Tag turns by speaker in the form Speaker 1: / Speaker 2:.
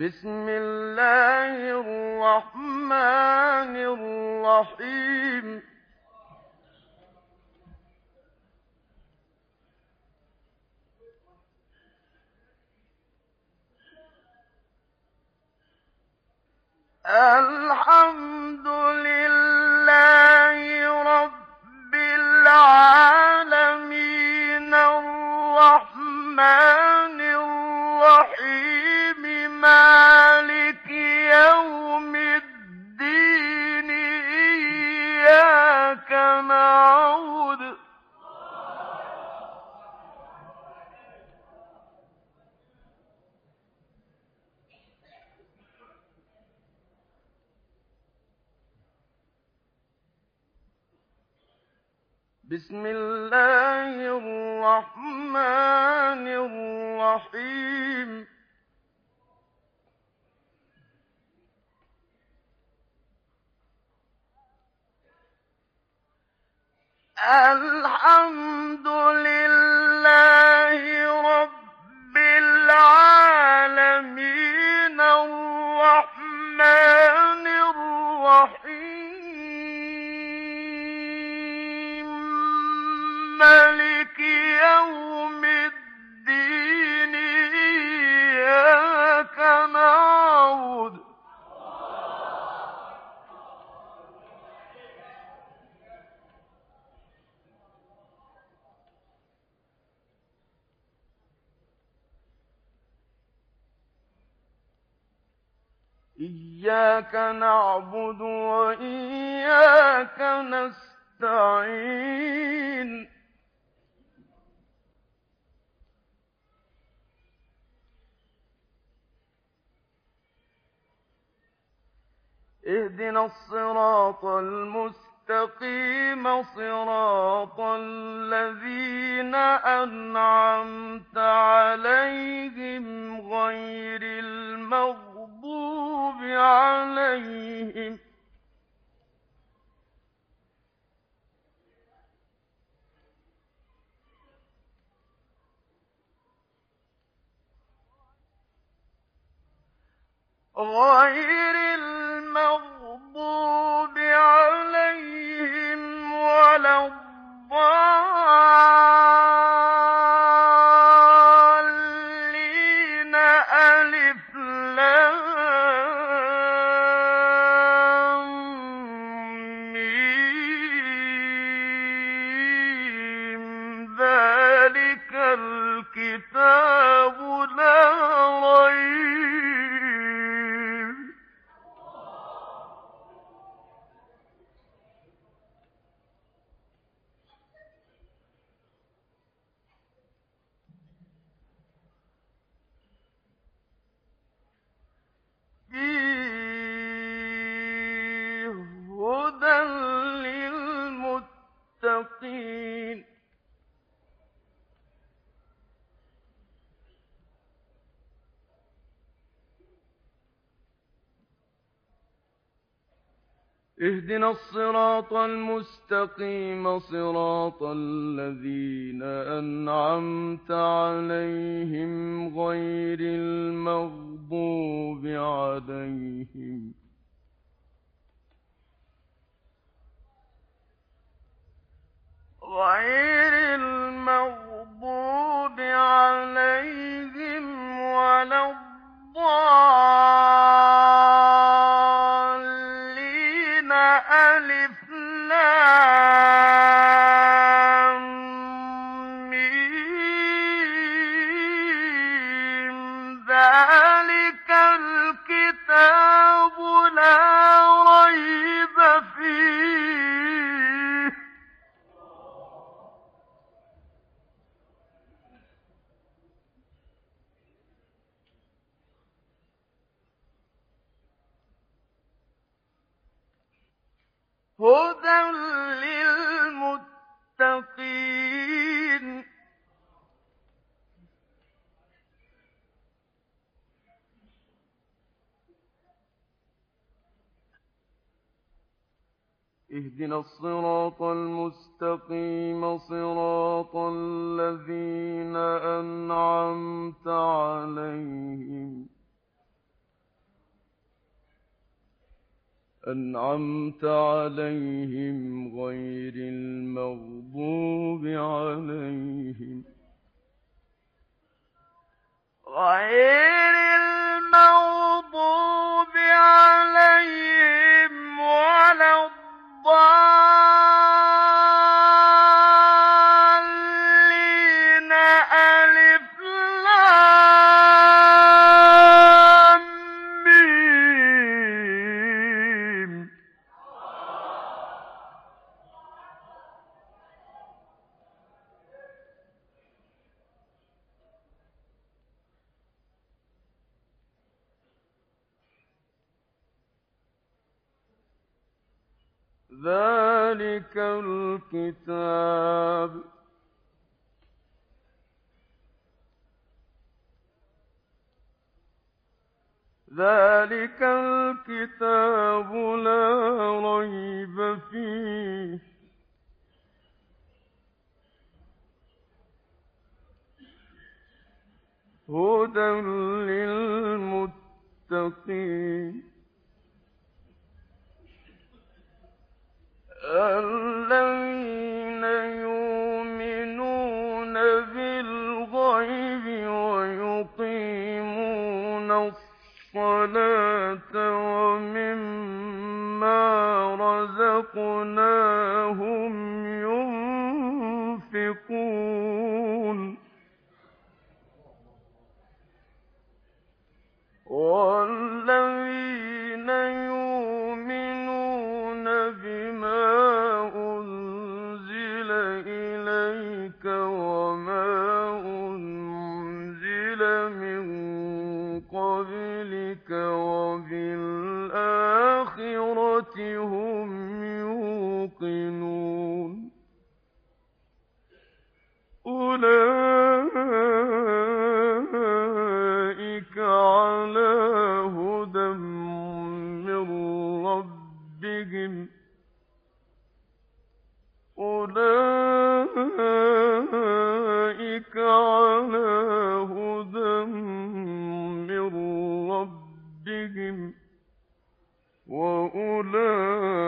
Speaker 1: بسم الله الرحمن الرحيم. الحمد لله رب العالمين الرحمن الرحيم مالك يوم الدين إياك نعبد بسم الله الرحمن الرحيم. الحمد لله رب العالمين الرحمن الرحيم مالك يوم الدين إياك نعبد إياك نعبد وإياك نستعين اهدنا الصراط المستقيم صراط الذين أنعمت عليهم غير المغضوب عليهم ولا الضالين ألف لام ميم ذلك الكتاب لا ريب فيه هدى للمتقين. اهدنا الصراط المستقيم صراط الذين أنعمت عليهم غير المغضوب عليهم ولا الضالين ألف لام ميم ذلك الكتاب لا ريب فيه هدى للمتقين. اهدنا الصراط المستقيم صراط الذين أنعمت عليهم أنعمت عليهم غير المغضوب عليهم ولا الضالين ألف لام ميم ذلك الكتاب لا ريب فيه هدى للمتقين الذين يؤمنون بالغيب ويقيمون الصلاة ومما رزقناهم ينفقون والذين يؤمنون بما أنزل إليك وما أنزل من قبلك وبالآخرة هم يوقنون أولئك على هدى من ربهم أولئك على هدى من ربهم وأولئك